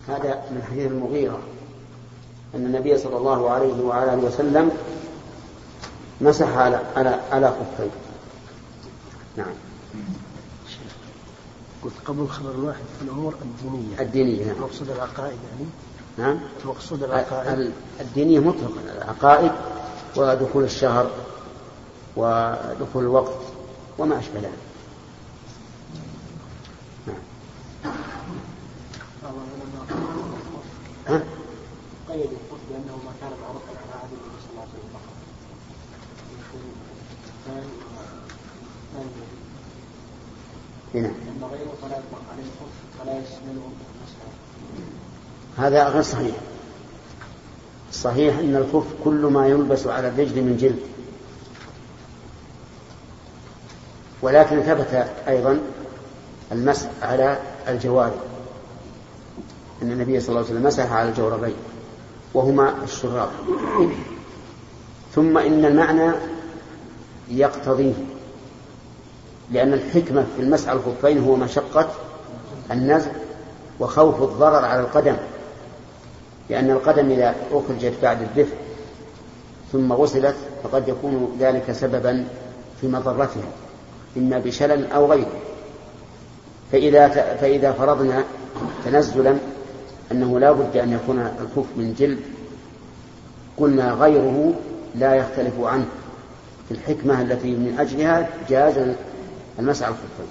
هذا من حديث المغيرة أن النبي صلى الله عليه وعلى آله وسلم مسح على خفين. نعم. قلت قبل الخبر الواحد في الأمور الدينية. نعم. مقصود العقائد يعني. نعم. مقصود العقائد الدينية مطلقا، العقائد ودخول الشهر ودخول الوقت وما أشبه ذلك. نعم. قيد الخف بأنه ما كان معروفا على عهد النبي صلى الله عليه وسلم هنا. أن غيره فلا يطلق عليه الخف ولا يشمله المسح. هذا غير صحيح. صحيح أن الخف كل ما يلبس على الرجل من جلد، ولكن ثبت أيضا المسح على الجوارب، أن النبي صلى الله عليه وسلم مسح على الجوربين وهما الشراب. ثم إن المعنى يقتضيه، لأن الحكمة في المسح على الخفين هو مشقة النزع وخوف الضرر على القدم، لأن القدم إذا أخرجت بعد الدفء ثم غسلت فقد يكون ذلك سببا في مضرتها إما بشلل أو غيره. فإذا فرضنا تنزلا أنه لا بد أن يكون الخف من جلد، قلنا غيره لا يختلف عنه في الحكمة التي من أجلها جاز المسح على الخفين.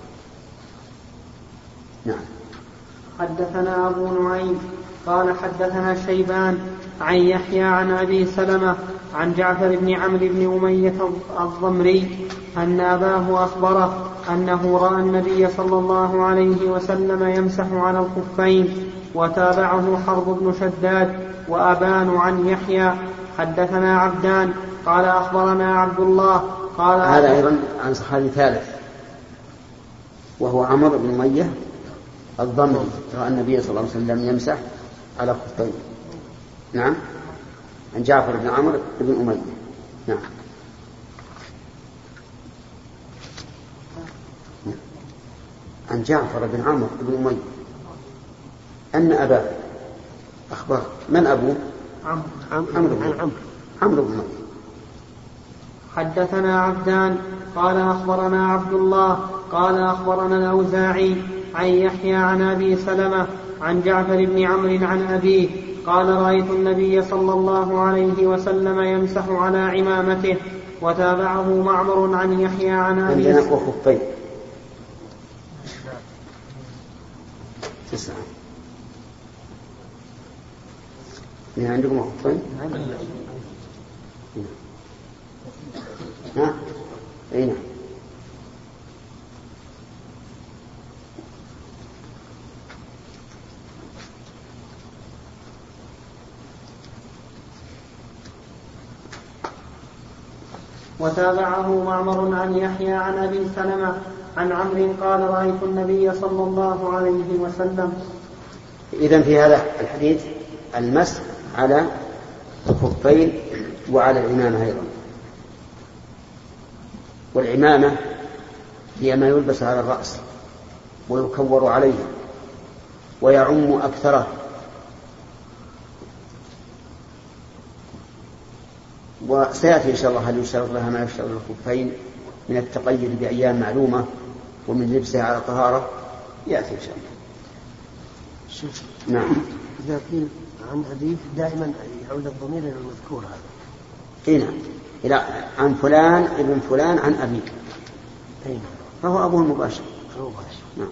نعم. حدثنا أبو نعيم قال حدثنا شيبان عن يحيى عن أبي سلمة عن جعفر بن عمرو بن أمية الضمري أن أباه أخبره أنه رأى النبي صلى الله عليه وسلم يمسح على الخفين، وتابعه حرب بن شداد وأبان عن يحيى. حدثنا عبدان قال أخبرنا عبد الله قال هذا أيضا عن صحابي ثالث وهو عمرو بن أمية الضمري رأى النبي صلى الله عليه وسلم يمسح على الخفين. نعم. عن جعفر بن عمرو بن أمية. نعم. عن جعفر بن عمرو بن أمية أن أباه أخبر. من أبوه؟ عمرو بن أمية. حدثنا عبدان قال أخبرنا عبد الله قال أخبرنا الأوزاعي عن يحيى عن أبي سلمة عن جعفر بن عمرو عن أبيه قال رأيت النبي صلى الله عليه وسلم يمسح على عمامته. وتابعه معمر عن يحيى عن أبي سلمة. تسعة. من عندكم خفين؟ ها؟ أين؟ وتابعه معمر عن يحيى عن أبي سلمة عن عمرو قال رأيت النبي صلى الله عليه وسلم. إذن في هذا الحديث المسح على الخفين وعلى العمامة أيضا. والعمامة هي ما يلبس على الرأس ويكور عليه ويعم أكثره، وسيأتي إن شاء الله هل يشترط لها ما يشترط للخفين من التقيد بأيام معلومة ومن لبسها على طهارة، يأتي إن شاء الله. نعم. إذا قيل عن أبيه دائما يعود الضمير إلى المذكور هذا. نعم. إلى عن فلان ابن فلان عن أبيه. فهو أبوه المباشر. نعم.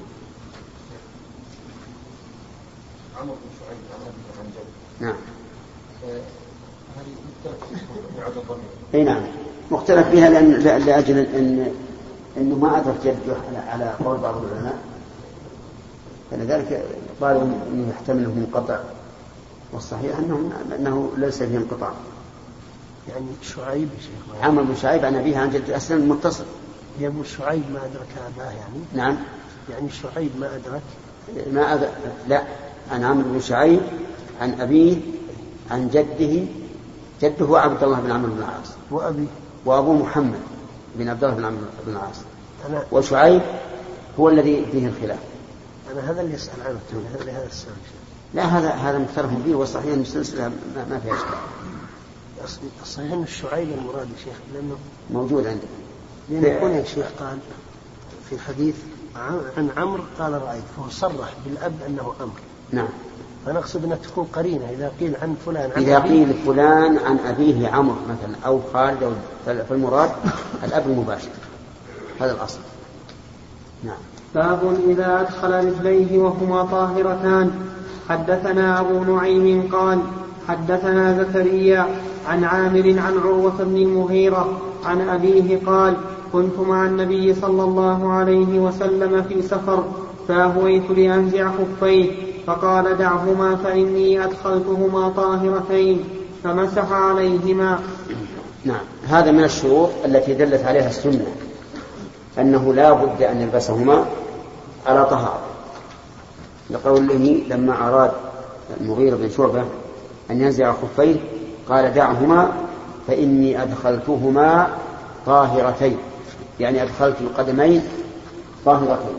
عمرو بن شعيب عن أبيه عن جده. نعم. هل مختلف يعود الضمير؟ أي نعم. مختلف بها لأجل أنه ما أدرك جده على قول بعض العلماء، فلذلك قالوا أنه يحتمل منقطع، والصحيح أنه ليس فيه انقطاع. يعني شعيب عمرو بن شعيب عن أبيه عن جده أسلم متصل. يا أبو شعيب ما أدرك أباه يعني. نعم. يعني شعيب ما أدرك. لا، عن عمرو بن شعيب عن أبيه عن جده. جده عبد الله بن عمرو بن العاص وأبوه محمد بن عبد الله بن عمرو بن العاص. وشعيب هو الذي فيه الخلاف. أنا هذا اللي يسأل عنه هذا السؤال. لا هذا مختلف به، والصحيح أن السلسلة ما فيها إشكال. الصحيح أن الشعيب المراد يا شيخ لأنه موجود عندك. لأن يكون يا شيخ قال في الحديث عن عمرو قال رأيت، فهو صرح بالأب أنه عمرو. نعم. فنقصد أن تكون قرينة إذا قيل عن فلان عن إذا قيل فلان عن أبيه عمرو مثلا أو خالد، فالمراد الأب المباشر، هذا الأصل. نعم. باب إذا أدخل رجليه وهما طاهرتان. حدثنا أبو نعيم قال حدثنا زكريا عن عامر عن عروة بن المغيرة عن أبيه قال كنت مع النبي صلى الله عليه وسلم في سفر فأهويت لأنزع خفيه فقال دعهما فإني أدخلتهما طاهرتين فمسح عليهما. نعم. هذا من الشروط التي دلت عليها السنة أنه لا بد أن يلبسهما على طهارة، لقوله لما أراد المغيرة بن شعبة أن ينزع خفيه قال دعهما فإني أدخلتهما طاهرتين، يعني أدخلت القدمين طاهرتين.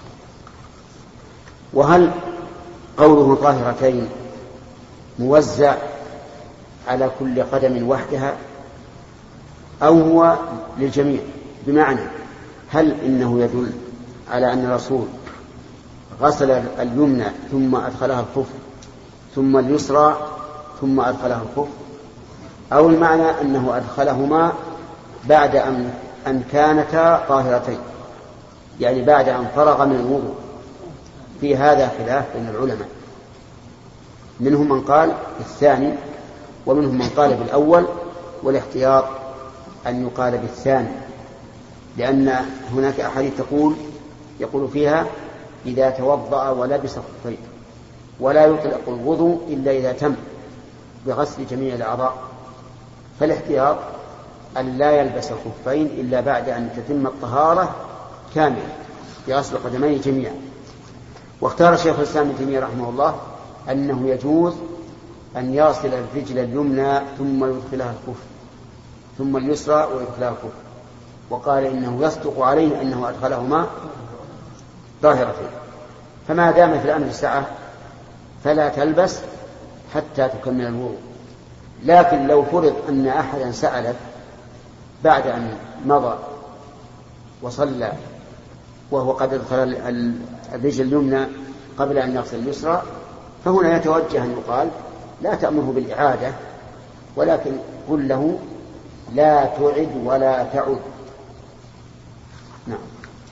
وهل قوله طاهرتين موزع على كل قدم وحدها أو هو للجميع؟ بمعنى هل إنه يدل على أن الرسول غسل اليمنى ثم أدخلها الخف ثم اليسرى ثم أدخلها الخف، أو المعنى أنه أدخلهما بعد أن كانتا طاهرتين، يعني بعد أن فرغ من الوضوء؟ في هذا خلاف بين العلماء، منهم من قال بالثاني ومنهم من قال بالأول، والاحتياط أن يقال بالثاني، لأن هناك أحاديث يقول فيها إذا توضأ ولبس خفين، ولا يطلق الوضوء إلا إذا تم بغسل جميع الأعضاء، فالاحتياط أن لا يلبس الخفين إلا بعد أن تتم الطهارة كاملة بغسل قدميه جميعا. واختار شيخ الإسلام ابن تيمية رحمه الله أنه يجوز أن يغسل الرجل اليمنى ثم يدخلها الخف ثم اليسرى ويدخلها الخف، وقال إنه يصدق عليه أنه أدخلهما طاهرتين، فما دام في الأمر السعة فلا تلبس حتى تكمل الوضوء. لكن لو فرض أن أحدا سألك بعد أن مضى وصلى وهو قد ادخل الرجل اليمنى قبل أن يغسل اليسرى، فهنا يتوجه أن يقال لا تأمره بالإعادة، ولكن قل له لا تعد ولا تعد. نعم.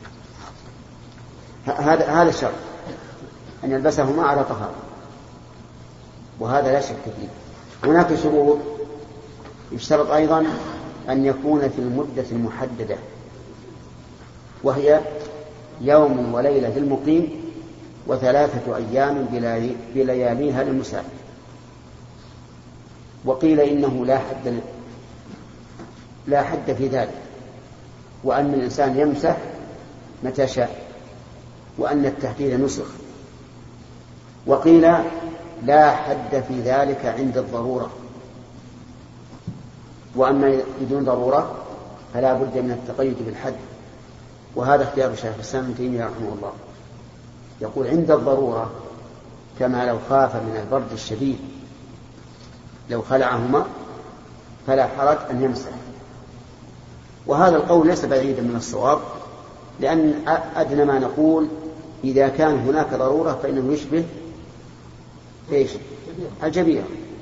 هذا الشرط أن يلبسهما على طهارة، وهذا لا شك فيه. هناك شروط يشترط أيضا أن يكون في المدة المحددة، وهي يوم وليلة للمقيم و3 أيام بلياليها للمسافر. وقيل إنه لا حد في ذلك، وأن الإنسان يمسح متى شاء، وأن التحديد نسخ. وقيل لا حد في ذلك عند الضرورة، وأما بدون ضرورة فلا بد من التقيد بالحد، وهذا اختيار شيخ الإسلام ابن تيمية رحمه الله. يقول عند الضرورة كما لو خاف من البرد الشديد لو خلعهما فلا حرج أن يمسح. وهذا القول ليس بعيدا من الصواب، لأن أدنى ما نقول إذا كان هناك ضرورة فإنه يشبه الجبيرة،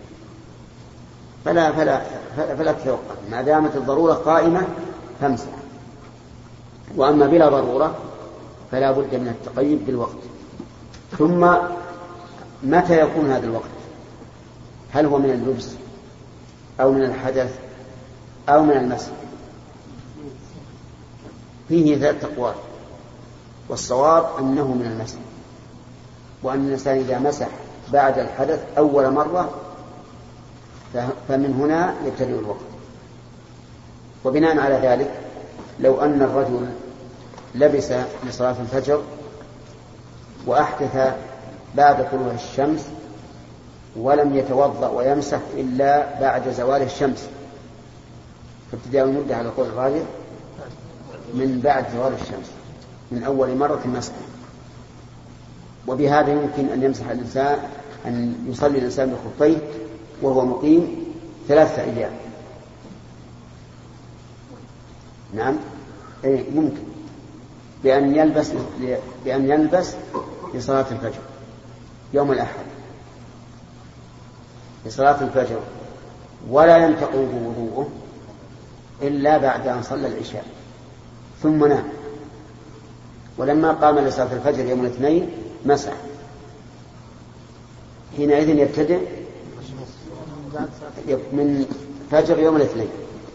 فلا تتوقف، ما دامت الضرورة قائمة فامسح. وأما بلا ضرورة فلا بد من التقييد بالوقت. ثم متى يكون هذا الوقت؟ هل هو من اللبس أو من الحدث أو من المسح؟ فيه 3 أقوال، والصواب أنه من المسح، وأن الإنسان إذا مسح بعد الحدث أول مرة فمن هنا يبتدئ الوقت. وبناء على ذلك لو أن الرجل لبس لصلاة الفجر وأحدث بعد طلوع الشمس ولم يتوضأ ويمسح إلا بعد زوال الشمس، فابتداء المدة على قول الراجح من بعد زوال الشمس من أول مرة مسح. وبهذا يمكن أن يمسح الإنسان أن يصلي الإنسان بخفيه وهو مقيم 3 أيام. نعم، أي ممكن بأن يلبس لصلاة الفجر يوم الأحد لصلاة الفجر، ولا ينتقض وضوءه إلا بعد أن صلى العشاء ثم نام، ولما قام لصلاة الفجر يوم الاثنين مسح، حينئذ يبتدئ من فجر يوم الاثنين،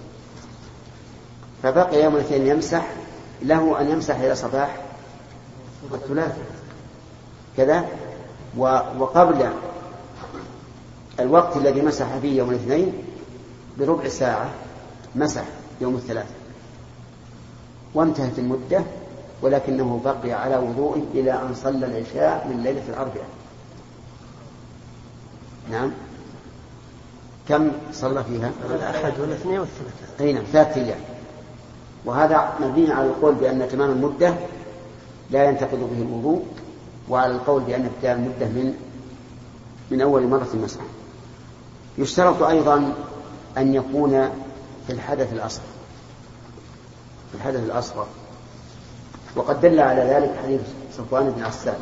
فبقي يوم الاثنين يمسح، له أن يمسح إلى صباح الثلاث كذا، وقبل الوقت الذي مسح فيه يوم الاثنين بربع ساعة مسح يوم الثلاث، وانتهت المدة، ولكنه بقي على وضوءه إلى أن صلى العشاء من ليلة الأربعاء. نعم، كم صلى فيها؟ الأحد والاثنين والثلاثاء. أي نعم، 3 أيام. وهذا مبني على القول بأن تمام المدة لا ينتقض به الوضوء، وعلى القول بأن ابتداء المدة من أول مرة مسح. يشترط أيضا أن يكون في الحدث الأصغر، وقد دل على ذلك حديث صفوان بن عسال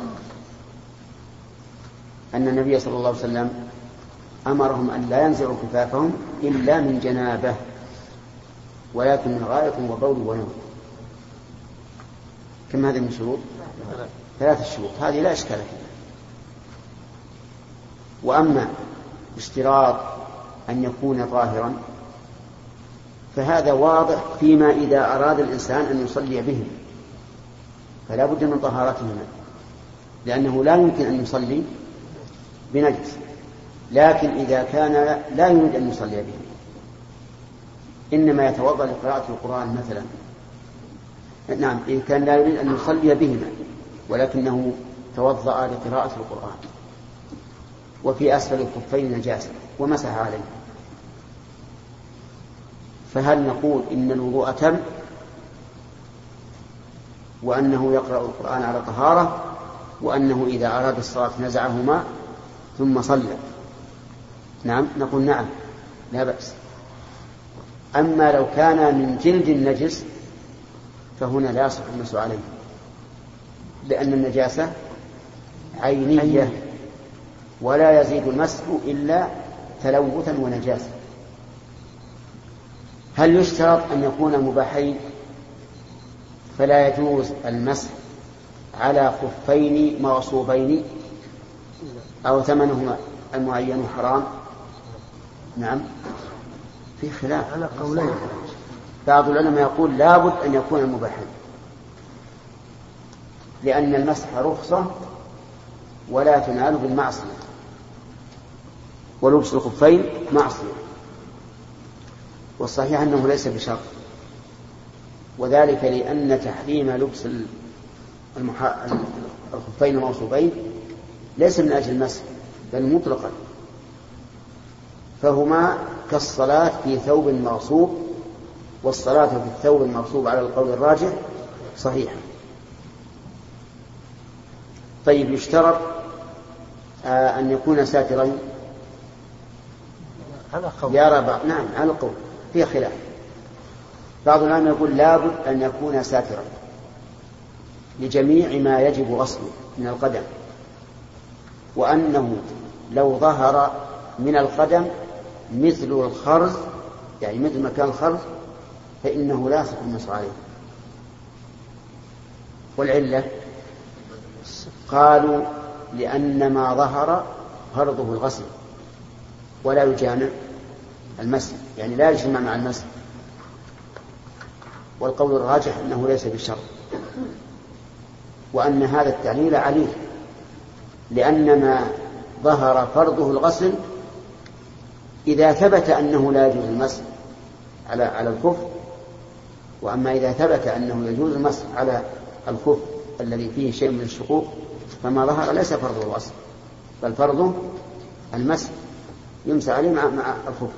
أن النبي صلى الله عليه وسلم أمرهم أن لا ينزعوا كفافهم إلا من جنابه، ولكن من غائط وبول ونوم. كم هذه من شروط؟ 3 شروط، هذه لا إشكال فيها. وأما اشتراط أن يكون طاهرا فهذا واضح فيما إذا أراد الإنسان أن يصلي بهم، فلا بد من طهارتهما، لأنه لا يمكن أن يصلي بنجس. لكن إذا كان لا يريد أن يصلي بهم، إنما يتوضأ لقراءة القرآن مثلا، نعم، إن كان لا يريد أن يصلي بهما ولكنه توضأ لقراءة القرآن وفي أسفل الخفين نجاسة ومسح عليه، فهل نقول إن الوضوء تم وأنه يقرأ القرآن على طهارة، وأنه إذا أراد الصلاة نزعهما ثم صلى؟ نعم، نقول نعم، لا بأس. أما لو كان من جلد النجس فهنا لا يصح المسح عليه، لأن النجاسة عينية ولا يزيد المسح إلا تلوثا ونجاسة. هل يشترط أن يكون مباحين؟ فلا يجوز المسح على خفين مغصوبين أو ثمنهما المعين حرام. نعم، في خلاف على قولين. بعض العلماء يقول لابد أن يكون مباحا، لأن المسح رخصة ولا تنال بالمعصية، ولبس الخفين معصية، والصحيح أنه ليس بشرط، وذلك لأن تحريم لبس الخفين المغصوبين ليس من أجل المسح بل مطلقا، فهما كالصلاة في ثوب مغصوب، والصلاة في الثوب المغصوب على القول الراجح صحيحة. طيب، يشترط أن يكون ساترين؟ يرى بعض، نعم، على القول فيه خلاف. بعض العلماء يقول لابد أن يكون ساترا لجميع ما يجب غسله من القدم، وأنه لو ظهر من القدم مثل الخرز، يعني مثل مكان الخرز، فإنه لا يصح المسح عليه. والعلة قالوا لأن ما ظهر فرضه الغسل ولا يجامع المسح، يعني لا يجمع مع المسح، والقول الراجح أنه ليس بشرط، وأن هذا التعليل عليه، لأن ما ظهر فرضه الغسل إذا ثبت أنه لا يجوز المسح على الخف، وأما إذا ثبت أنه يجوز المسح على الخف الذي فيه شيء من الشقوق فما ظهر ليس فرضه الغسل بل فرضه المسح، يمسح عليه مع الخف.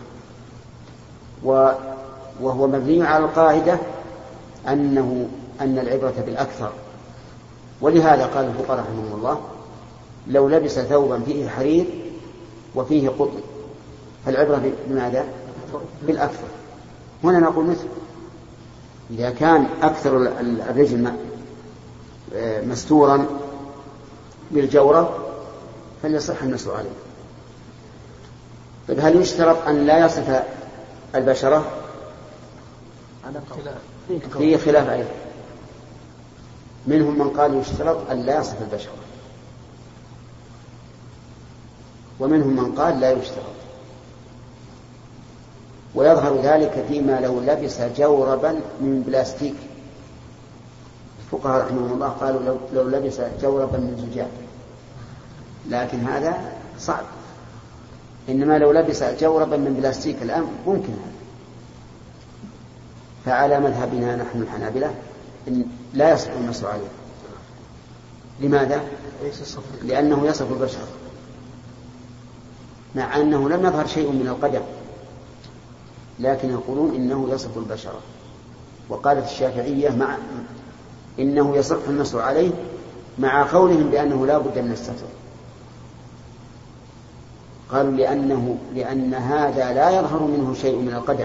وهو مبني على القاعدة أن العبرة بالأكثر، ولهذا قال الفقهاء رحمهم الله لو لبس ثوبا فيه حرير وفيه قطن، فالعبرة بماذا؟ بالأكثر. هنا نقول مثل إذا كان أكثر الرجل مستورا بالجورب فليصح النص عليه. طيب هل يشترط أن لا يصف البشرة؟ فيه خلاف أيضا، منهم من قال يشترط أن لا يصف البشرة، ومنهم من قال لا يشترط. ويظهر ذلك فيما لو لبس جوربا من بلاستيك. الفقهاء رحمهم الله قالوا لو لبس جوربا من زجاج، لكن هذا صعب. إنما لو لبس جوربا من بلاستيك الآن ممكن هذا. فعلى مذهبنا نحن الحنابلة إن لا يصح النص عليه. لماذا؟ لأنه يصف البشر، مع أنه لم يظهر شيء من القدم، لكن يقولون إنه يصف البشر. وقالت الشافعية مع إنه يصح النص عليه مع قولهم بأنه لا بد من الستر. قالوا لأن هذا لا يظهر منه شيء من القدم،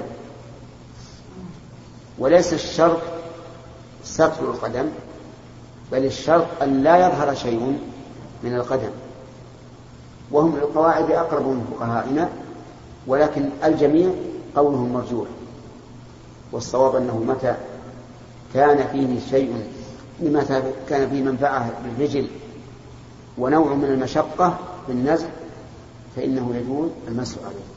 وليس الشرط ستر القدم، بل الشرط أن لا يظهر شيء من القدم. وهم القواعد أقرب من فقهائنا، ولكن الجميع قولهم مرجوح. والصواب أنه متى كان فيه شيء، متى كان فيه منفعة للرجل ونوع من المشقة بالنزع فإنه يجوز المسح عليه.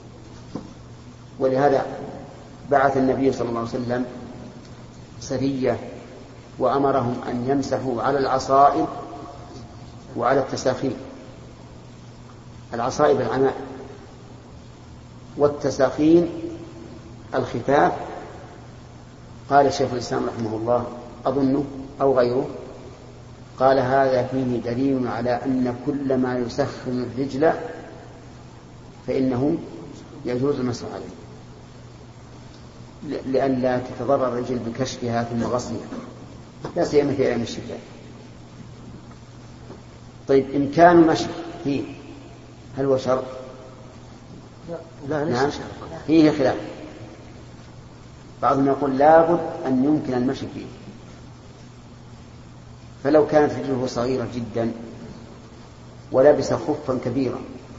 ولهذا بعث النبي صلى الله عليه وسلم سرية وأمرهم أن يمسحوا على العصائب وعلى التساخين. العصائب العماء، والتساخين الخفاف. قال شيخ الإسلام رحمه الله أظنه أو غيره، قال هذا فيه دليل على أن كل ما يسخن الرجل فإنه يجوز المسح عليه، لئلا تتضرر الرجل بكشفها ثم غسلها، لا سيما في أيام الشتاء. طيب إمكان المشي فيه هل هو شرط؟ لا نعم فيه خلاف. بعضهم يقول لابد أن يمكن المشي فيه، فلو كانت رجله صغيرة جدا ولبس خفا كبيرا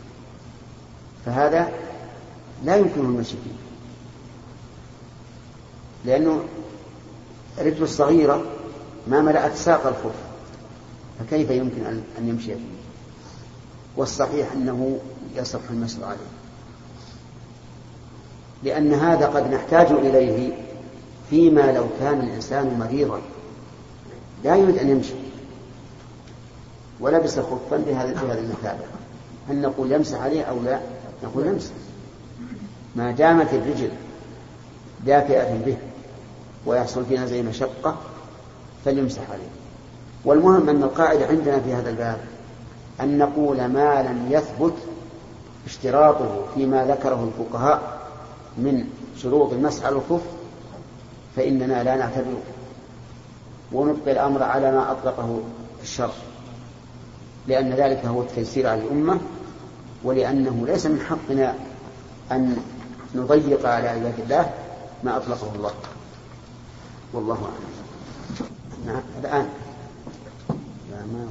فهذا لا يمكنه المشي فيه، لأنه رجل الصغيرة ما ملأت ساق الخف، فكيف يمكن أن يمشي فيه؟ والصحيح أنه يصح المسح عليه، لأن هذا قد نحتاج إليه فيما لو كان الإنسان مريضا لا يريد أن يمشي ولبس خفا بهذا المثابة، هل نقول يمسح عليه أو لا؟ نقول يمسح ما دامت الرجل دافئة به ويحصل فيها زي مشقة فليمسح عليه. والمهم أن القاعدة عندنا في هذا الباب أن نقول ما لم يثبت اشتراطه فيما ذكره الفقهاء من شروط المسح على الخف فإننا لا نعتبره، ونبقي الأمر على ما أطلقه الشرع، لأن ذلك هو التيسير على الأمة، ولأنه ليس من حقنا أن نضيق على عباد الله ما أطلقه الله. والله أعلم. نعم الآن لا ما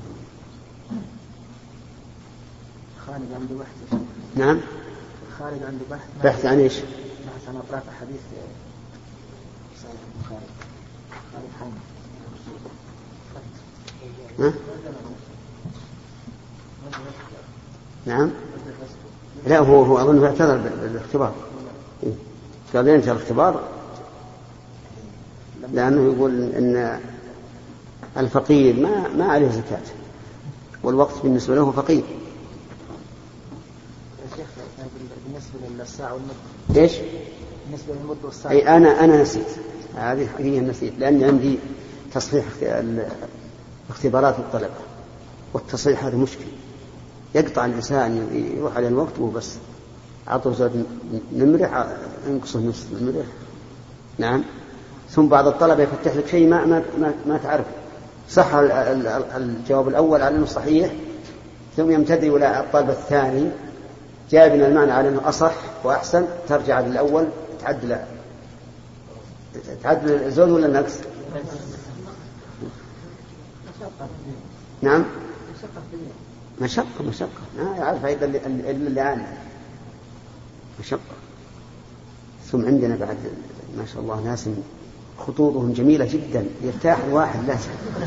خالد عنده بحث. نعم خالد عنده بحث عن إيش؟ بحث عن أطراف حديث صحيح البخاري. خالد حمد. ها؟ نعم لا هو أظن اعتذر بالاختبار. قال ينتهي الاختبار لأنه يقول إن الفقير ما عليه زكاة والوقت بالنسبة له فقير. يا شيخ بالنسبة للساعة والمدة إيش؟ بالنسبة للمدة والساعة. أي أنا نسيت هذه حقيقة نسيت، لأن عندي تصحيح اختبارات الطلبة، والتصحيح هذا مشكل يقطع الإنسان يروح على الوقت وبس عطوا زود نمرح انقصه نصف نمرح. نعم ثم بعض الطلبة يفتح لك شيء ما تعرف صح الجواب الأول على أنه صحيح ثم يمتد إلى الطلب الثاني جاء المعنى على أنه أصح وأحسن، ترجع للأول تعدل الزود ولا النقص؟ نعم مشقة ما يعرف أيضا اللي عنه مشقة. ثم عندنا بعد ما شاء الله ناس خطوطهم جميلة جدا يرتاح الواحد لازم.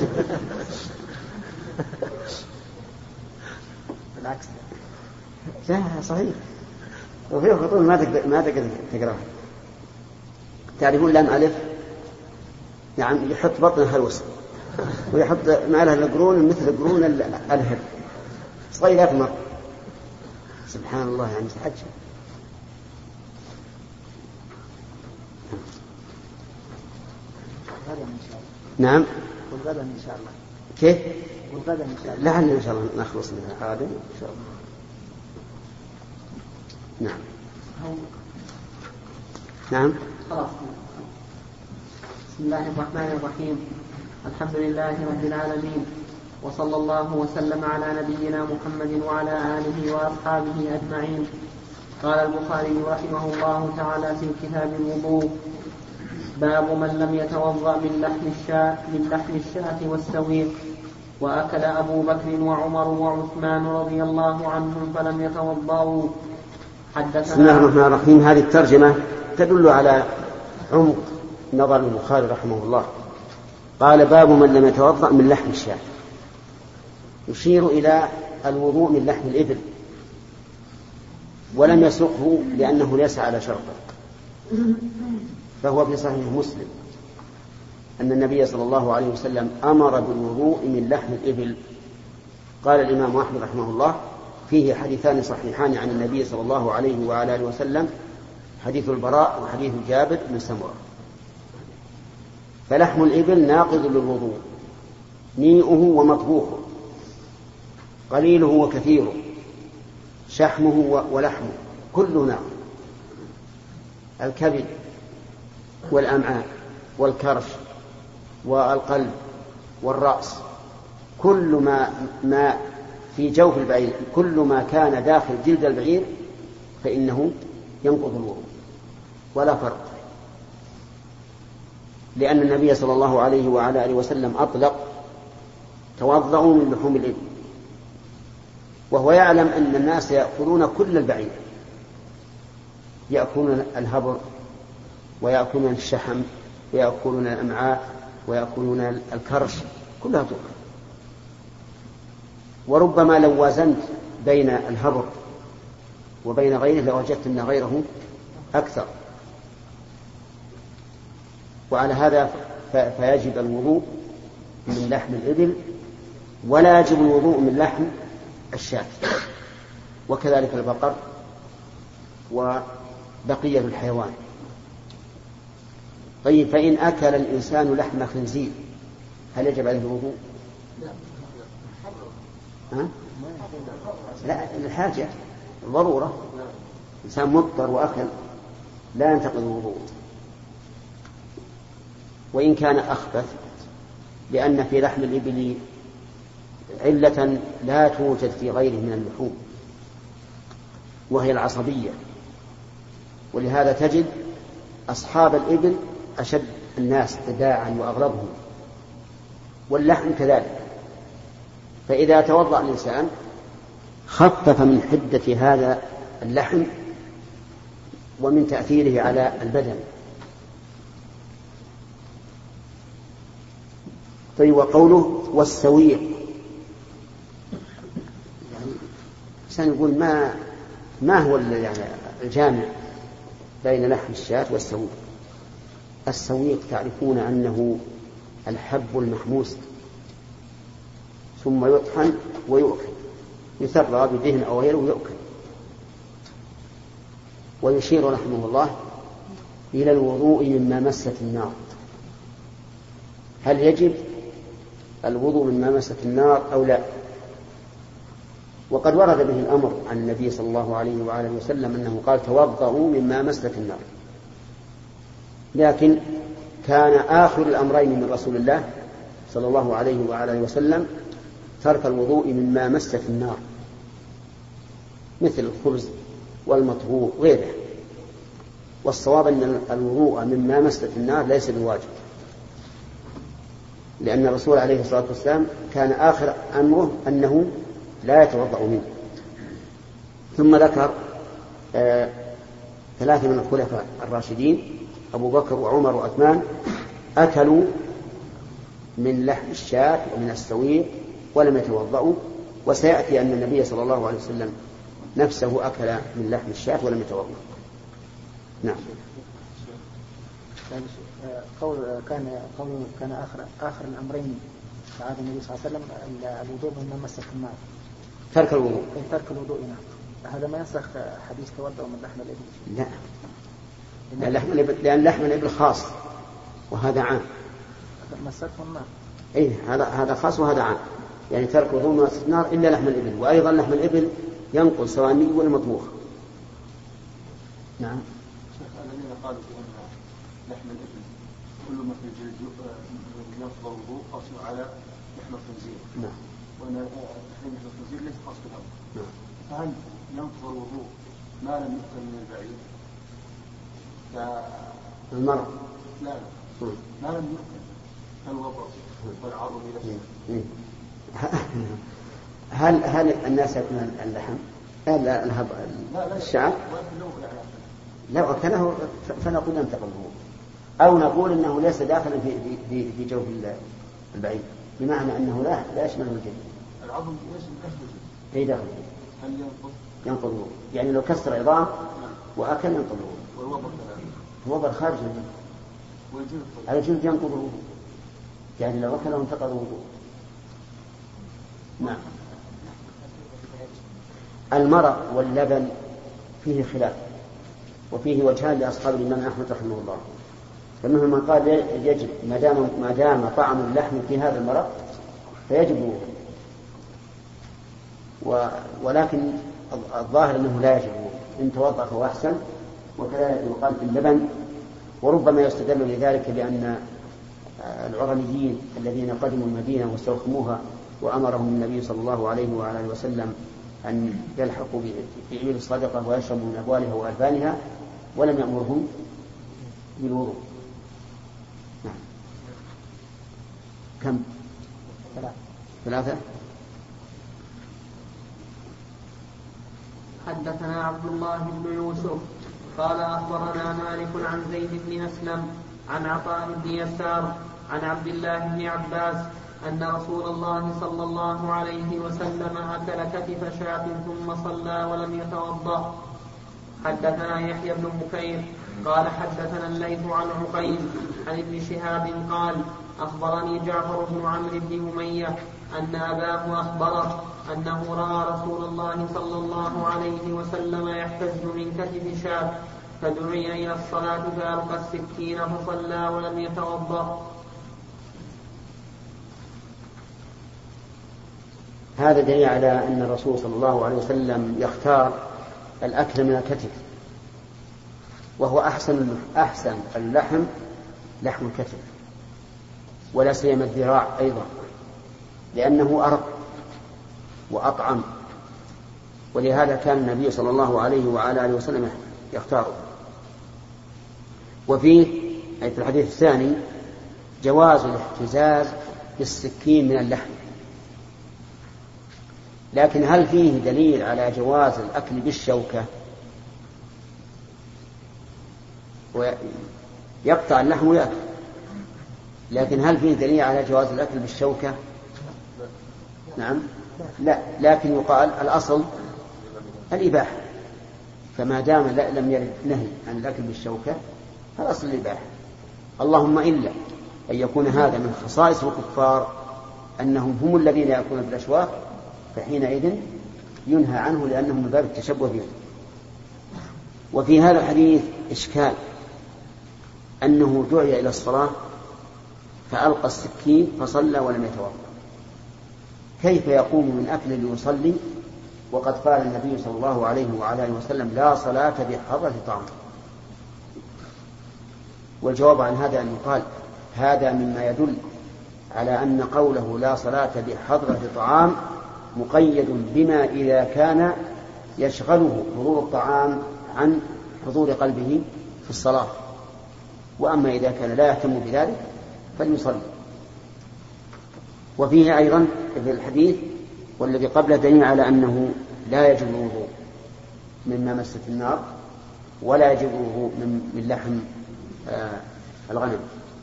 بالعكس لا صحيح، وفيه خطوط ما تقدر تقراها. تعرفون لام ألف؟ يعني يحط بطنها الوسط ويحط ما لها القرون مثل قرون الهب صغير أثمر. سبحان الله يعني تحجب. نعم والغدا إن شاء الله. كيف؟ والغدا إن شاء الله. لعل إن شاء الله نخلص من هذا إن شاء الله. نعم نعم. خلاص. بسم الله الرحمن الرحيم. الحمد لله رب العالمين، وصلى الله وسلم على نبينا محمد وعلى آله وأصحابه أجمعين. قال البخاري رحمه الله تعالى في كتاب الوضوء: باب من لم يتوضأ من لحم الشاة والسويق. وأكل أبو بكر وعمر وعثمان رضي الله عنهم فلم يتوضأوا. بسم الله الرحمن الرحيم. هذه الترجمة تدل على عمق نظر البخاري رحمه الله. قال: باب من لم يتوضأ من لحم الشاة، يشير إلى الوضوء من لحم الإبل، ولم يسقه لأنه ليس على شرطه. فهو في صحيح مسلم أن النبي صلى الله عليه وسلم أمر بالوضوء من لحم الإبل. قال الإمام أحمد رحمه الله: فيه حديثان صحيحان عن النبي صلى الله عليه وعلى آله وسلم، حديث البراء وحديث جابر بن سمرة. فلحم الإبل ناقض للوضوء، نيئه ومطبوخه، قليله وكثيره، شحمه ولحمه، كله ناقض. الكبد والأمعاء والكرش والقلب والرأس، كل ما في جوف البعير، كل ما كان داخل جلد البعير فإنه ينقض الوضوء ولا فرق، لأن النبي صلى الله عليه وعلى آله وسلم أطلق: توضؤوا من لحوم الإبل، وهو يعلم أن الناس يأكلون كل البعير، يأكلون الهبر ويأكلون الشحم ويأكلون الأمعاء ويأكلون الكرش، كلها تؤكل. وربما لو وازنت بين الهبر وبين غيره لوجدت أن غيره أكثر. وعلى هذا فيجب الوضوء من لحم الإبل، ولا يجب الوضوء من لحم الشاة، وكذلك البقر وبقية الحيوان. طيب، فإن أكل الإنسان لحم خنزير هل يجب عليه الوضوء؟ لا، الحاجة الضرورة، إنسان مضطر وأكل لا ينتقض الوضوء، وإن كان أخبث، لأن في لحم الإبل علة لا توجد في غيره من اللحوم، وهي العصبية. ولهذا تجد أصحاب الإبل أشد الناس ابتداعا وأغلبهم، واللحم كذلك. فإذا توضأ الإنسان خفف من حدة هذا اللحم ومن تأثيره على البدن. طيب، وقوله والسويق، يعني الإنسان يقول ما هو يعني الجامع بين لحم الشاة والسويق؟ السويق تعرفون أنه الحب المحموس ثم يطحن ويؤكل، يثرى بدهن أو غيره ويؤكل. ويشير رحمه الله إلى الوضوء مما مست النار. هل يجب الوضوء مما مست النار أو لا؟ وقد ورد به الأمر عن النبي صلى الله عليه وآله وسلم أنه قال: توضؤوا مما مست النار. لكن كان آخر الأمرين من رسول الله صلى الله عليه وآله وسلم ترك الوضوء مما مست النار، مثل الخبز والمطبوخ غيره. والصواب أن الوضوء مما مست النار ليس بواجب، لأن الرسول عليه الصلاة والسلام كان آخر أمره أنه لا يتوضأ منه. ثم ذكر 3 من الخلفاء الراشدين أبو بكر وعمر وعثمان أكلوا من لحم الشاة ومن السويق ولم يتوضأوا، وسيأتي أن النبي صلى الله عليه وسلم نفسه أكل من لحم الشاة ولم يتوضأ. نعم. كان آخر الأمرين في عهد النبي صلى الله عليه وسلم الوضوء مما مست النار. ترك الوضوء. ترك الوضوء. نعم. هذا ما ينسخ حديث توضأ من لحم الإبل. لا. لأن لحم الإبل خاص وهذا عام. مسته النار. إيه هذا خاص وهذا عام. يعني ترك الوضوء مما مست النار إلا لحم الإبل، وأيضا لحم الإبل ينقل سواء الني ولا المطبوخ. نعم. الذين قالوا بأن لحم الإبل كل ما في الجلد ينقض الوضوء قاصر على لحم الخنزير. نعم. وأن لحم الخنزير ليس خاص بالأمر. نعم. فهل ينقض الوضوء ما لم يؤكل من البعير؟ المرء. لا. ما لم يؤكل كالوبر والعظم إلى هل الناس يأكلون اللحم؟ الشعر؟ لو أكله فنقول لم تقله، أو نقول أنه ليس داخلا في جوف البعيد، بمعنى أنه لا يشمل الجلد. العظم يشمل كسر أي داخل. هل ينقض؟ يعني لو كسر عظام وأكل ينقض. والوبر الوبر خارج الجلد. على الجلد ينقض، يعني لو أكله انتقض الوضوء. نعم. المرق واللبن فيه خلاف، وفيه وجهان لأصحاب الإمام أحمد رحمه الله. فمنهم من قال يجب ما دام طعم اللحم في هذا المرق فيجب الوضوء، ولكن الظاهر أنه لا يجب الوضوء، إن توضأ فهو أحسن. وكذلك يقال في اللبن، وربما يستدل لذلك بأن العرنيين الذين قدموا المدينة واستوخموها وأمرهم النبي صلى الله عليه وآله وسلم أن يلحقوا بإبل الصدقة ويشربوا من أبوالها وألبانها، ولم يأمرهم بالوضوء. نعم. كم؟ 3. حدثنا عبد الله بن يوسف قال أخبرنا مالك عن زيد بن أسلم عن عطاء بن يسار عن عبد الله بن عباس أن رسول الله صلى الله عليه وسلم أكل كتف شاة ثم صلى ولم يتوضأ. حدثنا يحيى بن بكير قال حدثنا الليث عن عقيل عن ابن شهاب قال أخبرني جعفر بن عمرو بن أمية أن أباه أخبره أنه رأى رسول الله صلى الله عليه وسلم يحتز من كتف شاة، فدعي إلى الصلاة فألقى السكين فصلى ولم يتوضأ. هذا دليل على أن الرسول صلى الله عليه وسلم يختار الأكل من الكتف، وهو أحسن اللحم لحم الكتف، ولا سيما الذراع أيضا، لأنه أرق وأطعم، ولهذا كان النبي صلى الله عليه وعلى آله وسلم يختاره. وفيه أي في الحديث الثاني جواز الاحتزاز بالسكين من اللحم، لكن هل فيه دليل على جواز الأكل بالشوكة؟ ويقطع اللحم ويأكل، لكن هل فيه دليل على جواز الأكل بالشوكة؟ نعم. لا، لكن يقال الأصل الإباحة، فما دام لم يرد نهي عن الأكل بالشوكة فالأصل الإباحة. اللهم إلا أن يكون هذا من خصائص الكفار أنهم هم الذين يأكلون بالأشواك، فحينئذ ينهى عنه لأنهم من باب التشبه بهم. وفي هذا الحديث إشكال أنه دعي إلى الصلاة فألقى السكين فصلى ولم يتوضأ. كيف يقوم من أكل ليصلي وقد قال النبي صلى الله عليه وعلى آله وسلم لا صلاة بحضرة طعام؟ والجواب عن هذا أن يقال هذا مما يدل على أن قوله لا صلاة بحضرة طعام مقيد بما إذا كان يشغله حضور الطعام عن حضور قلبه في الصلاة. وأما إذا كان لا يهتم بذلك فليصلي. وفيه أيضا في الحديث والذي قبله دليل على أنه لا يجب الوضوء مما مست النار ولا يجب الوضوء من لحم الغنم.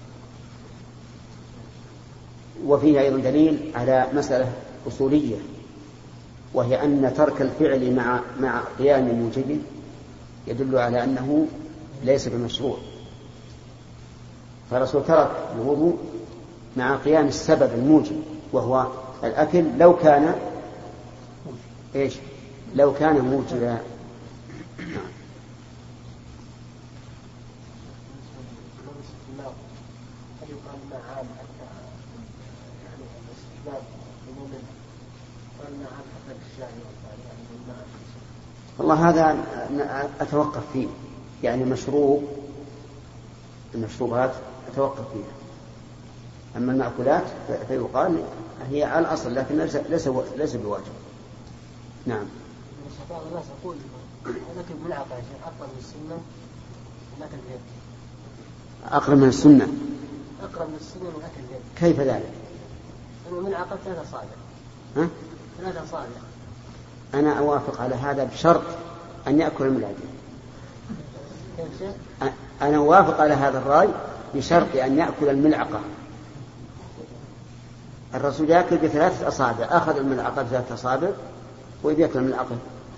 وفيه أيضا دليل على مسألة أصولية، وهي أن ترك الفعل مع قيام موجب يدل على أنه ليس بمشروع. فالرسول ترك الوضوء مع قيام السبب الموجب وهو الأكل لو كان موجبا. والله هذا أتوقف فيه، يعني المشروبات أتوقف فيها. أما المأكولات فيقال هي على الأصل لكن ليس بواجب. نعم. بعض الناس يقول أكل ملعقة يا شيخ أقرب من السنة والأكل بيد. أقرب من السنة. أقرب من السنة والأكل بيد. كيف ذلك؟ الملعقة 3 أصابع. ها؟ 3 أصابع. أنا أوافق على هذا بشرط أن يأكل الملعقة. كيف شيخ؟ أنا أوافق على هذا الرأي بشرط أن يأكل الملعقة. الرسول يأكل ب3 أصابع، أخذ الملعقة ب3 أصابع ويأكل الملعقة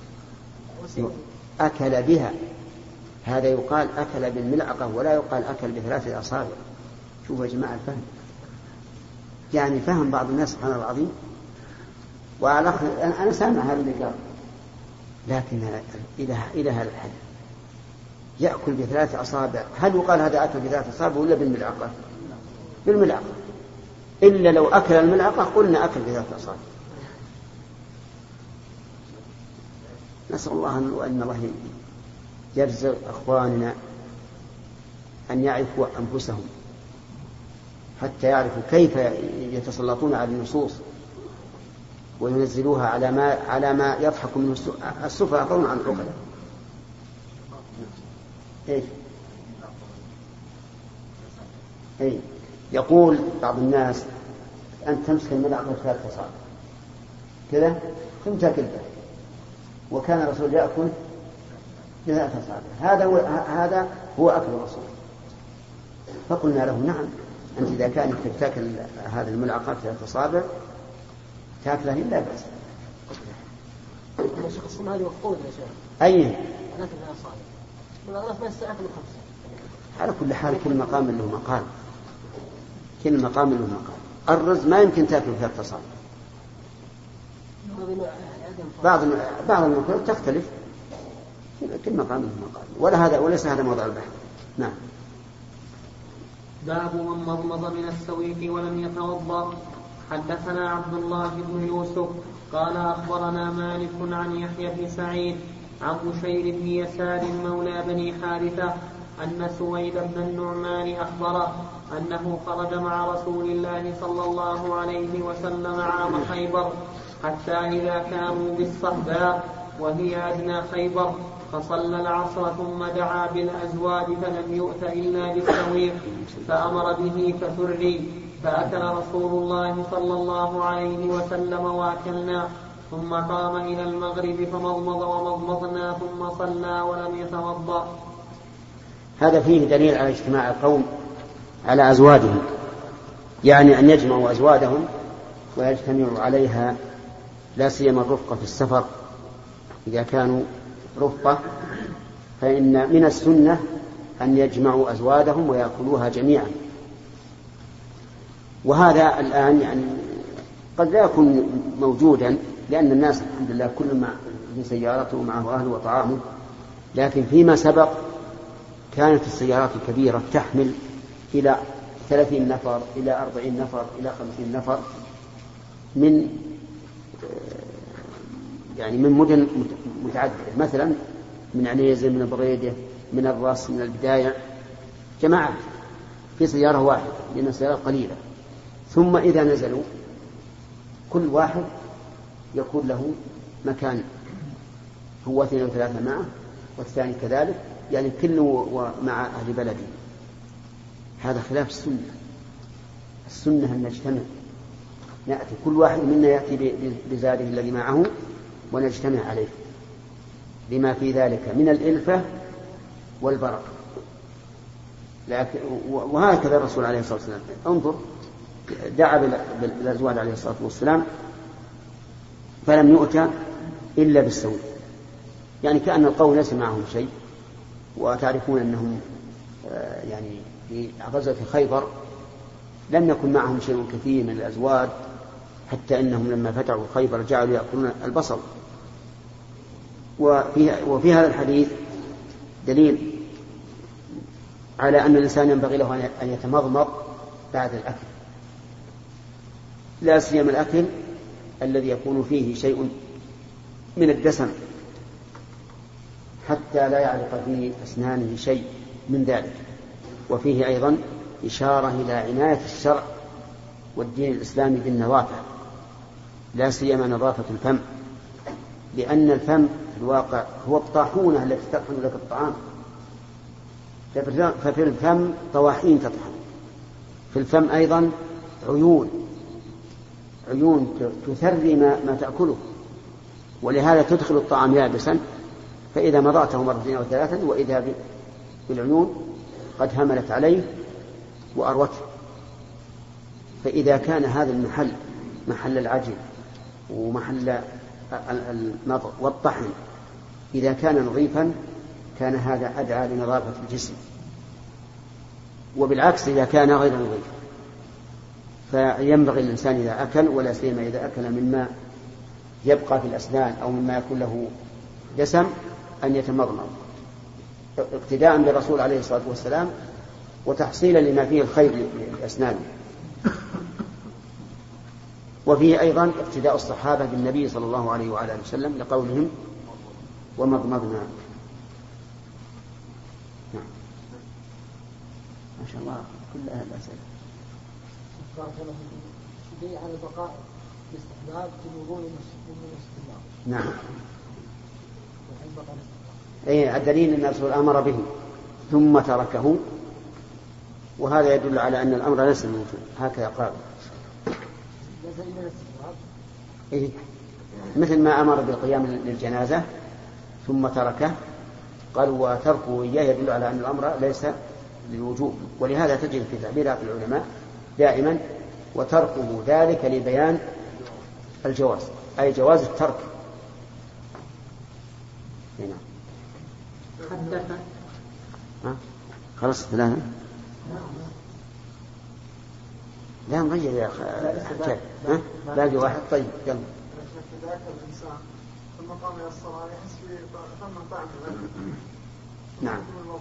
أكل بها. هذا يقال أكل بالملعقة ولا يقال أكل ب3 أصابع. شوفوا يا جماعة الفهم، يعني فهم بعض الناس سبحان الله العظيم. أنا سامع هذا اللي قال، لكن إلى هذا الحد يأكل ب3 أصابع. هل يقال هذا أكل ب3 أصابع ولا بالملعقة؟ بالملعقة. إلا لو أكل الملعقة قلنا أكل ب3 أصابع. نسأل الله أن الله يرزق أخواننا أن يعرفوا أنفسهم حتى يعرفوا كيف يتسلطون على النصوص وينزلوها على ما يضحك منه السفهاء قوم عن العقلاء. يقول بعض الناس أن تمسك الملعقة ب3 أصابع كذا ثم تأكل به، وكان الرسول يأكل ب3 أصابع. هذا هو أكل الرسول. فقلنا له نعم، أنت إذا كانت تأكل هذه الملعقة ب3 أصابع تأكلها إلا بأس. يا شيخ السنة هذه وفقود يا شيخ. أي أنا أكل 3 أصابع والأغلب ما يستأكل 5. على كل حال كل مقام له مقال. كل مقام له مقال. الرز ما يمكن تأكل ب3 أصابع. بعض المأكولات تختلف. كل مقام له مقال. وليس هذا موضع البحث. نعم. باب من مضمض من السويق ولم يتوضأ. حدثنا عبد الله بن يوسف قال أخبرنا مالك عن يحيى بن سعيد عن بشير بن يسار مولى بني حارثة أن سويد بن النعمان أخبره أنه خرج مع رسول الله صلى الله عليه وسلم عام خيبر حتى إذا كانوا بالصهباء وهي أدنى خيبر فصلى العصر ثم دعا بالأزواج فلم يؤت إلا بالسويق فأمر به فثري فأكل رسول الله صلى الله عليه وسلم وأكلنا ثم قام إلى المغرب فمضمض ومضمضنا ثم صلى ولم يتوضأ. هذا فيه دليل على اجتماع القوم على أزواجهم، يعني أن يجمعوا أزواجهم ويجتمعوا عليها، لا سيما الرفقة في السفر. إذا كانوا رفقة فإن من السنة أن يجمعوا أزواجهم ويأكلوها جميعا. وهذا الآن يعني قد لا يكون موجودا لأن الناس الحمد لله كل ما في سيارته ومعه أهله وطعامه، لكن فيما سبق كانت السيارات الكبيرة تحمل إلى 30 نفر إلى 40 نفر إلى 50 نفر من مدن متعددة، مثلا من عنيزة، من بريدة، من الراس، من البداية، جماعات في سيارة واحدة لأن السيارات قليلة. ثم إذا نزلوا كل واحد يكون له مكان هو 2 و3 معه والثاني كذلك، يعني كل مع أهل بلده. هذا خلاف السنة. السنة أن نجتمع، نأتي كل واحد منا يأتي بزاده الذي معه ونجتمع عليه، لما في ذلك من الإلفة والبركة. وهكذا الرسول عليه الصلاة والسلام انظر دعا بالأزواج عليه الصلاة والسلام فلم يؤتى إلا بالسوء، يعني كأن القوم ليس معهم شيء. وتعرفون أنهم يعني في غزوة خيبر لم يكن معهم شيء كثير من الأزواج، حتى إنهم لما فتحوا خيبر جعلوا يأكلون البصل. وفي هذا الحديث دليل على أن الإنسان ينبغي له أن يتمضمض بعد الأكل، لا سيما الأكل الذي يكون فيه شيء من الدسم، حتى لا يعلق في أسنانه شيء من ذلك. وفيه أيضا إشارة إلى عناية الشرع والدين الإسلامي بالنظافة، لا سيما نظافة الفم، لأن الفم في الواقع هو الطاحونة التي تطحن لك الطعام. ففي الفم طواحين تطحن، في الفم أيضا عيون تثري ما تأكله، ولهذا تدخل الطعام يابسا، فإذا مضغته 2 أو 3 وإذا بالعيون قد هملت عليه وأروته. فإذا كان هذا المحل محل العجل ومحل المضغ والطحن إذا كان نظيفا كان هذا أدعى لنظافة الجسم، وبالعكس إذا كان غير نظيف فينبغي الإنسان إذا أكل، ولا سيما إذا أكل مما يبقى في الأسنان أو مما يكون له دسم، أن يتمضمض اقتداء بالرسول عليه الصلاة والسلام وتحصيلا لما فيه الخير للأسنان. وفيه أيضا اقتداء الصحابة بالنبي صلى الله عليه وعلى وسلم لقولهم ومضمضنا. ما شاء الله كل أهل الأسئلة. شيء على البقاء باستحباب الوضوء للاستحباب. نعم. أي الدليل أن الرسول أمر به ثم تركه، وهذا يدل على أن الأمر ليس موجود، هكذا قال. إيه؟ مثل ما أمر بالقيام للجنازة ثم تركه، قال وتركه إياه يدل على أن الأمر ليس للوجوب. ولهذا تجد في تعبيرات العلماء دائما وتركه ذلك لبيان الجواز، أي جواز الترك. هنا خلص 3 لا نغير يا حجاج، باقي واحد. طيب يلا. إذا أكل الإنسان ثم قام إلى الصلاة يحس بفم طعم الأكل. نعم.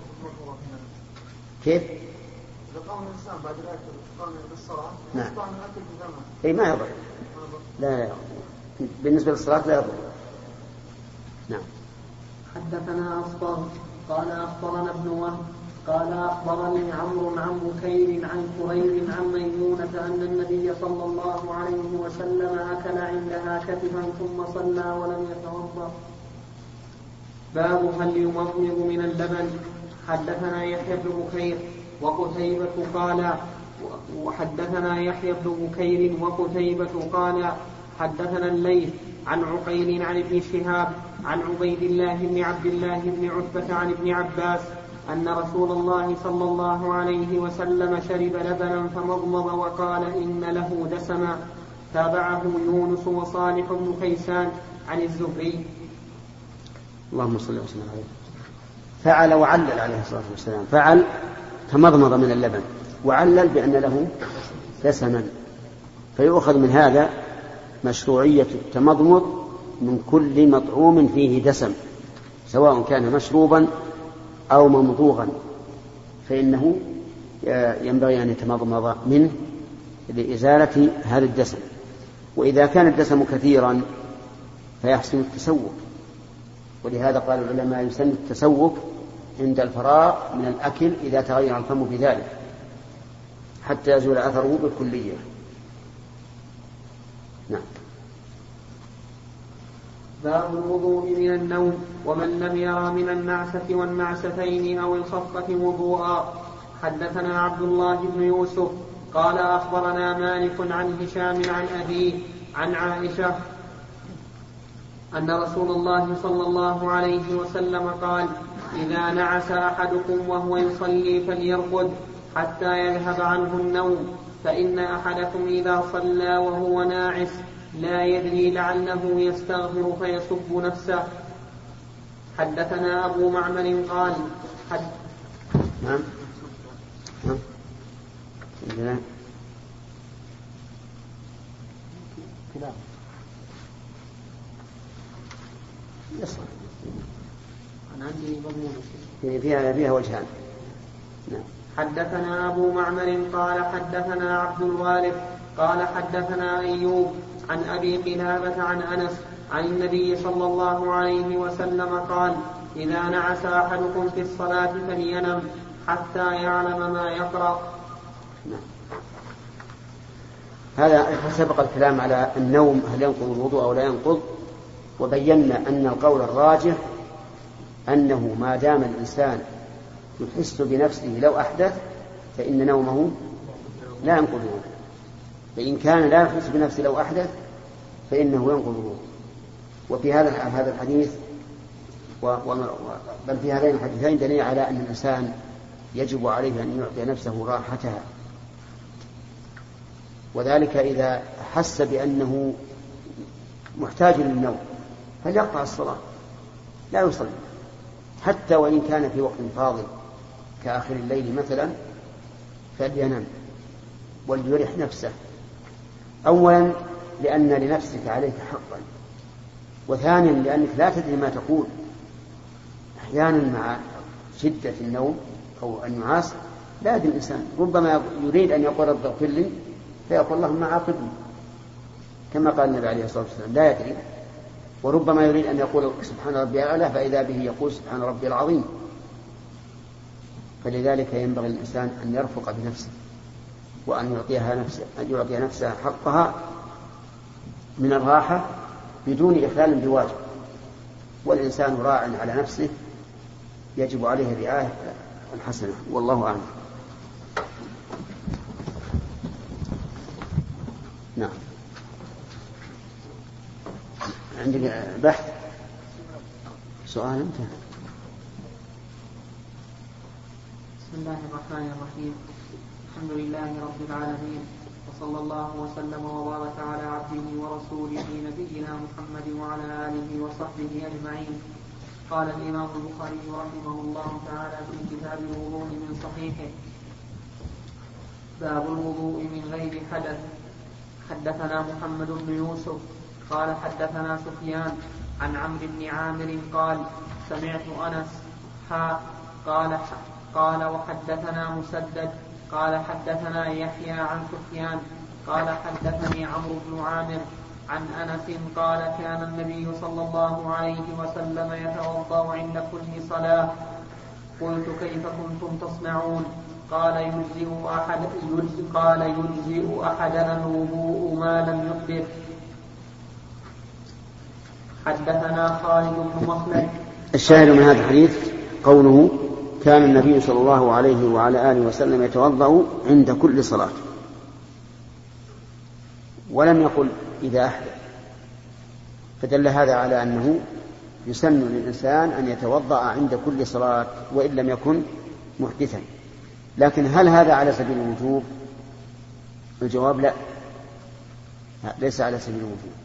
كيف؟ إذا قام الإنسان بعد الأكل قام بالصلاة يحس طعم الأكل بفمه. أي ما يضر. لا بالنسبة للصلاة لا يضر. نعم. حدثنا أصبر قال أخبرنا ابن وهب قال أخبرني عمرو عن بكير عن كريب عن ميمونة أن النبي صلى الله عليه وسلم أكل عندها كتفا ثم صلى ولم يتوضأ. باب هل يمضمض من اللبن. حدثنا يحيى بن بكير وقتيبة قال وحدثنا يحيى بن بكير وقتيبة قال حدثنا الليث عن عقيل عن ابن شهاب عن عبيد الله بن عبد الله بن عتبة عن ابن عباس أن رسول الله صلى الله عليه وسلم شرب لبنا فمضمض وقال إن له دسما. تابعه يونس وصالح بن كيسان عن الزهري. اللهم صل وسلم عليه. فعل وعلل عليه الصلاة والسلام. فعل تمضمض من اللبن، وعلل بأن له دسما. فيؤخذ من هذا مشروعية التمضمض من كل مطعوم فيه دسم، سواء كان مشروبا أو ممضوغا، فإنه ينبغي أن يتمضمض منه لإزالة هذا الدسم. وإذا كان الدسم كثيرا فيحسن التسوق، ولهذا قال العلماء يسن التسوق عند الفراغ من الأكل إذا تغير الفم بذلك حتى يزول أثره بالكلية. نعم. باب الوضوء من النوم ومن لم يرى من النعسة والنعستين أو الخفة وضوءا. حدثنا عبد الله بن يوسف قال أخبرنا مالك عن هشام عن أبيه عن عائشة أن رسول الله صلى الله عليه وسلم قال: إذا نعس أحدكم وهو يصلي فليرقد حتى يذهب عنه النوم، فإن أحدكم إذا صلى وهو ناعس لا يدري لعله يستغفر فيسب نفسه. حدثنا أبو معمر قال نعم. أنا عندي مضمون فيها وجهان. نعم. حدثنا أبو معمر قال حدثنا عبد الوارث قال حدثنا أيوب عن أبي قلابة عن أنس عن النبي صلى الله عليه وسلم قال: إذا نعس أحدكم في الصلاة فلينم حتى يعلم ما يقرأ. هذا سبق الكلام على النوم هل ينقض الوضوء أو لا ينقض، وبينا أن القول الراجح أنه ما دام الإنسان يحس بنفسه لو أحدث فإن نومه لا ينقض الوضوء، فإن كان لا يحس بنفسه لو أحدث فإنه ينقض الوضوء. وفي هذا الحديث بل في هذين الحديثين دليل على أن الإنسان يجب عليه أن يعطي نفسه راحتها، وذلك إذا حس بأنه محتاج للنوم فليقطع الصلاة لا يصلي، حتى وإن كان في وقت فاضل كآخر الليل مثلا، فلينام وليرح نفسه. أولا لأن لنفسك عليك حقا، وثانيا لأنك لا تدري ما تقول. أحيانا مع شدة النوم أو النعاس لا يدري الإنسان، ربما يريد أن يقول رب اغفر لي فيقول اللهم عاقبني كما قال النبي عليه الصلاة والسلام، لا يدري. وربما يريد أن يقول سبحان ربي الأعلى فإذا به يقول سبحان ربي العظيم. فلذلك ينبغي الإنسان أن يرفق بنفسه وأن يعطيها نفسها حقها من الراحة بدون إخلال بواجب. والإنسان راع على نفسه يجب عليه الرعاية الحسنة، والله أعلم. نعم. عندك بحث سؤال أنت؟ بسم الله الرحمن الرحيم. الحمد لله رب العالمين، وصلى الله وسلم وبارك على عبده ورسوله نبينا محمد وعلى آله وصحبه أجمعين. قال الإمام البخاري رحمه الله تعالى في كتاب الوضوء من صحيحه: باب الوضوء من غير حدث. حدثنا محمد بن يوسف قال حدثنا سفيان عن عمرو بن عامر قال: سمعت أنس قال وحدثنا مسدد قال حدثنا يحيى عن سفيان قال حدثني عمرو بن عامر عن أنس قال: كان النبي صلى الله عليه وسلم يتوضأ عند كل صلاة. قلت: كيف كنتم تصنعون؟ قال: يجزئ أحدنا الوضوء ما لم يحدث. حدثنا خالد بن مخلد. الشاهد من هذا الحديث قوله: كان النبي صلى الله عليه وعلى آله وسلم يتوضأ عند كل صلاة، ولم يقل إذا أحدث، فدل هذا على أنه يسن للإنسان أن يتوضأ عند كل صلاة وإن لم يكن محدثا. لكن هل هذا على سبيل الوجوب؟ الجواب لا، ليس على سبيل الوجوب،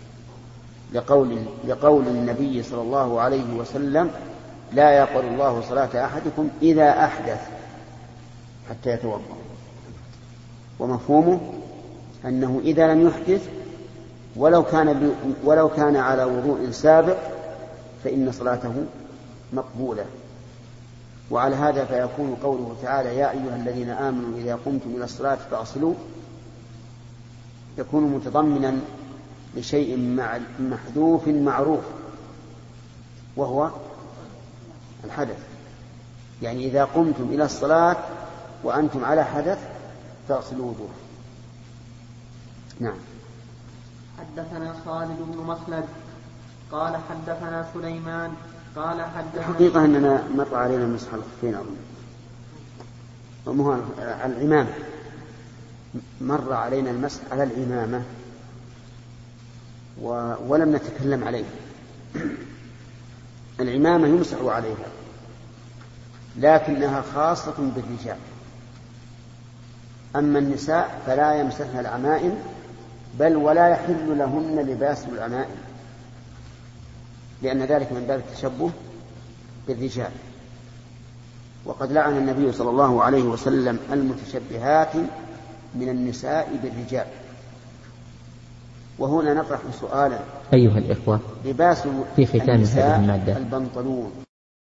لقول النبي صلى الله عليه وسلم: لا يقبل الله صلاة أحدكم إذا أحدث حتى يتوضأ. ومفهومه أنه إذا لم يحدث ولو كان على وضوء سابق فإن صلاته مقبولة. وعلى هذا فيكون قوله تعالى: يا أيها الذين آمنوا إذا قمتم إلى الصلاة فأصلوا، يكون متضمنا لشيء محذوف معروف وهو الحدث. يعني إذا قمتم إلى الصلاة وأنتم على حدث فأصلوا وضوء. نعم. حدثنا خالد بن مخلد قال حدثنا سليمان قال حدثنا الحقيقة أننا مر علينا مسح الخفين أظن على العمامة، مر علينا المسح على العمامة ولم نتكلم عليه. العمامة يمسح عليها لكنها خاصة بالرجال، أما النساء فلا يمسحن العمائم، بل ولا يحل لهن لباس العمائم، لأن ذلك من باب التشبه بالرجال. وقد لعن النبي صلى الله عليه وسلم المتشبهات من النساء بالرجال. وهنا نطرح سؤالا أيها الإخوة لباس في ختام هذه المادة البنطلون